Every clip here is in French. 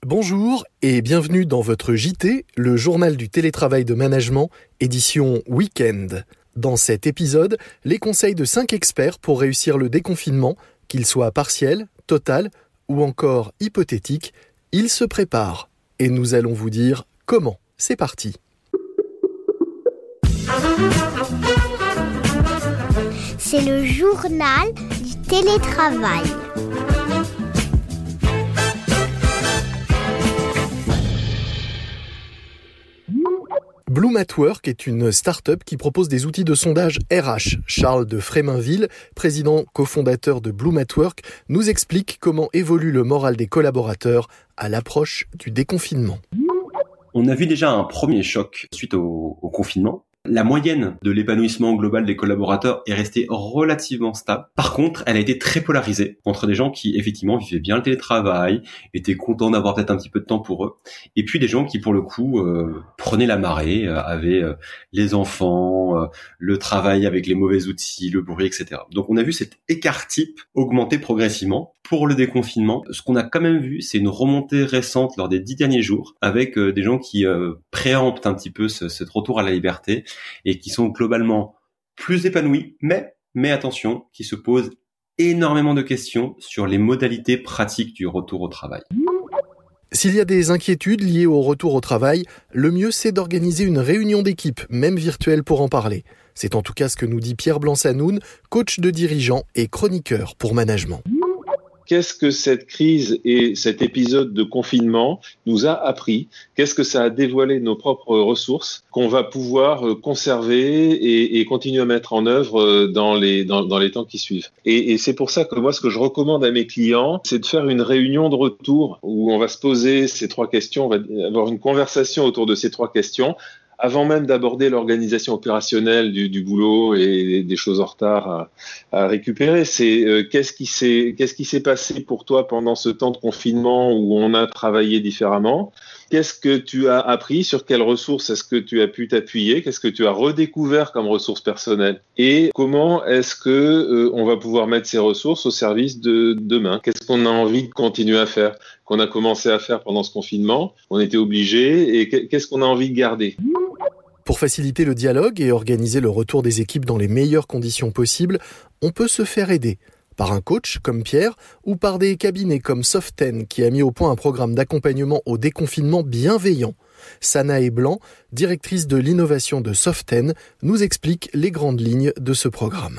Bonjour et bienvenue dans votre JT, le journal du télétravail de management, édition Week-end. Dans cet épisode, les conseils de 5 experts pour réussir le déconfinement, qu'il soit partiel, total ou encore hypothétique, ils se préparent. Et nous allons vous dire comment. C'est parti. C'est le journal du télétravail. Bloom at Work est une start-up qui propose des outils de sondage RH. Charles de Fréminville, président cofondateur de Bloom at Work, nous explique comment évolue le moral des collaborateurs à l'approche du déconfinement. On a vu déjà un premier choc suite au confinement. La moyenne de l'épanouissement global des collaborateurs est restée relativement stable. Par contre, elle a été très polarisée entre des gens qui, effectivement, vivaient bien le télétravail, étaient contents d'avoir peut-être un petit peu de temps pour eux, et puis des gens qui, pour le coup, prenaient la marée, avaient les enfants, le travail avec les mauvais outils, le bruit, etc. Donc, on a vu cet écart type augmenter progressivement. Pour le déconfinement, ce qu'on a quand même vu, c'est une remontée récente lors des 10 derniers jours, avec des gens qui préemptent un petit peu ce retour à la liberté, et qui sont globalement plus épanouis, mais attention, qui se posent énormément de questions sur les modalités pratiques du retour au travail. S'il y a des inquiétudes liées au retour au travail, le mieux c'est d'organiser une réunion d'équipe, même virtuelle pour en parler. C'est en tout cas ce que nous dit Pierre Blanc-Sanoun, coach de dirigeants et chroniqueur pour management. Qu'est-ce que cette crise et cet épisode de confinement nous a appris? Qu'est-ce que ça a dévoilé de nos propres ressources qu'on va pouvoir conserver et continuer à mettre en œuvre dans les temps qui suivent? Et c'est pour ça que moi, ce que je recommande à mes clients, c'est de faire une réunion de retour où on va se poser ces 3 questions, on va avoir une conversation autour de ces 3 questions. Avant même d'aborder l'organisation opérationnelle du boulot et des choses en retard à récupérer, c'est qu'est-ce qui s'est passé pour toi pendant ce temps de confinement où on a travaillé différemment? Qu'est-ce que tu as appris? Sur quelles ressources est-ce que tu as pu t'appuyer? Qu'est-ce que tu as redécouvert comme ressources personnelles? Et comment est-ce que on va pouvoir mettre ces ressources au service de demain? Qu'est-ce qu'on a envie de continuer à faire? Qu'on a commencé à faire pendant ce confinement, on était obligé, et qu'est-ce qu'on a envie de garder? Pour faciliter le dialogue et organiser le retour des équipes dans les meilleures conditions possibles, on peut se faire aider par un coach comme Pierre ou par des cabinets comme Soften qui a mis au point un programme d'accompagnement au déconfinement bienveillant. Sanae Blanc, directrice de l'innovation de Soften, nous explique les grandes lignes de ce programme.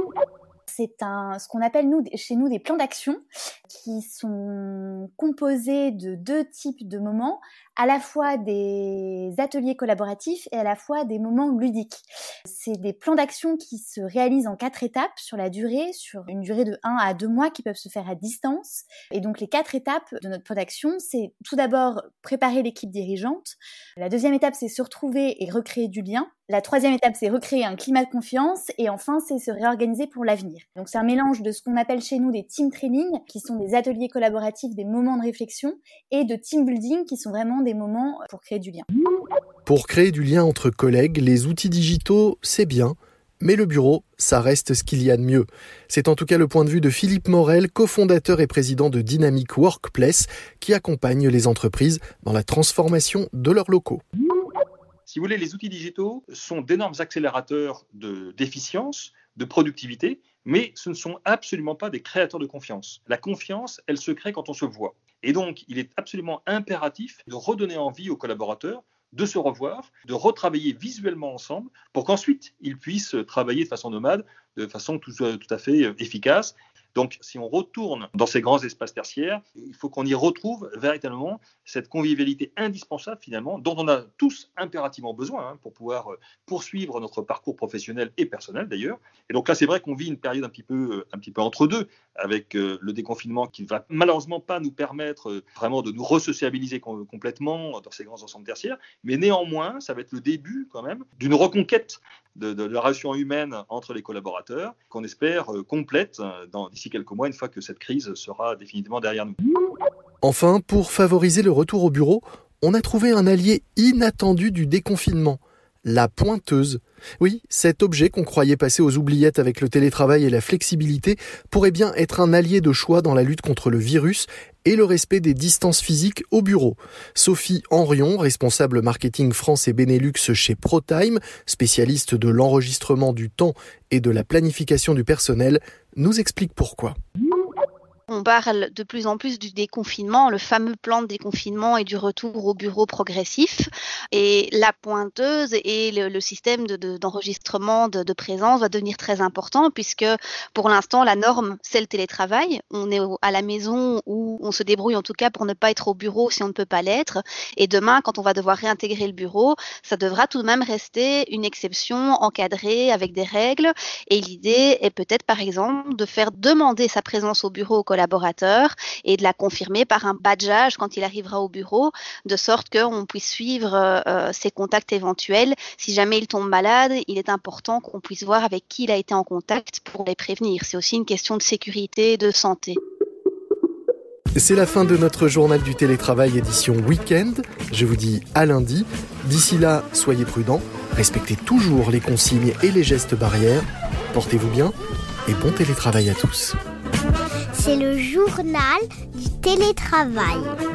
C'est ce qu'on appelle chez nous des plans d'action qui sont composés de 2 types de moments, à la fois des ateliers collaboratifs et à la fois des moments ludiques. C'est des plans d'action qui se réalisent en 4 étapes sur une durée de 1 à 2 mois qui peuvent se faire à distance. Et donc les 4 étapes de notre plan d'action, c'est tout d'abord préparer l'équipe dirigeante. La 2e étape, c'est se retrouver et recréer du lien. La 3e étape, c'est recréer un climat de confiance. Et enfin, c'est se réorganiser pour l'avenir. Donc c'est un mélange de ce qu'on appelle chez nous des team training, qui sont des ateliers collaboratifs, des moments de réflexion, et de team building, qui sont vraiment des moments pour créer du lien. Pour créer du lien entre collègues, les outils digitaux, c'est bien, mais le bureau, ça reste ce qu'il y a de mieux. C'est en tout cas le point de vue de Philippe Morel, cofondateur et président de Dynamic Workplace, qui accompagne les entreprises dans la transformation de leurs locaux. Si vous voulez, les outils digitaux sont d'énormes accélérateurs d'efficience, de productivité, mais ce ne sont absolument pas des créateurs de confiance. La confiance, elle se crée quand on se voit. Et donc, il est absolument impératif de redonner envie aux collaborateurs de se revoir, de retravailler visuellement ensemble pour qu'ensuite, ils puissent travailler de façon nomade, de façon tout à fait efficace. Donc, si on retourne dans ces grands espaces tertiaires, il faut qu'on y retrouve véritablement cette convivialité indispensable finalement, dont on a tous impérativement besoin pour pouvoir poursuivre notre parcours professionnel et personnel d'ailleurs. Et donc là, c'est vrai qu'on vit une période un petit peu entre deux, avec le déconfinement qui ne va malheureusement pas nous permettre vraiment de nous resociabiliser complètement dans ces grands ensembles tertiaires, mais néanmoins, ça va être le début quand même d'une reconquête de la relation humaine entre les collaborateurs, qu'on espère complète d'ici quelques mois, une fois que cette crise sera définitivement derrière nous. Enfin, pour favoriser le retour au bureau, on a trouvé un allié inattendu du déconfinement, la pointeuse. Oui, cet objet qu'on croyait passer aux oubliettes avec le télétravail et la flexibilité pourrait bien être un allié de choix dans la lutte contre le virus et le respect des distances physiques au bureau. Sophie Henrion, responsable marketing France et Benelux chez ProTime, spécialiste de l'enregistrement du temps et de la planification du personnel, nous explique pourquoi. On parle de plus en plus du déconfinement, le fameux plan de déconfinement et du retour au bureau progressif. Et la pointeuse et le système d'enregistrement de présence va devenir très important puisque pour l'instant, la norme, c'est le télétravail. On est à la maison ou on se débrouille en tout cas pour ne pas être au bureau si on ne peut pas l'être. Et demain, quand on va devoir réintégrer le bureau, ça devra tout de même rester une exception encadrée avec des règles. Et l'idée est peut-être, par exemple, de faire demander sa présence au bureau aux collaborateur et de la confirmer par un badgeage quand il arrivera au bureau, de sorte qu'on puisse suivre ses contacts éventuels. Si jamais il tombe malade, il est important qu'on puisse voir avec qui il a été en contact pour les prévenir. C'est aussi une question de sécurité et de santé. C'est la fin de notre journal du télétravail édition week-end. Je vous dis à lundi. D'ici là, soyez prudents, respectez toujours les consignes et les gestes barrières. Portez-vous bien et bon télétravail à tous. C'est le journal du télétravail.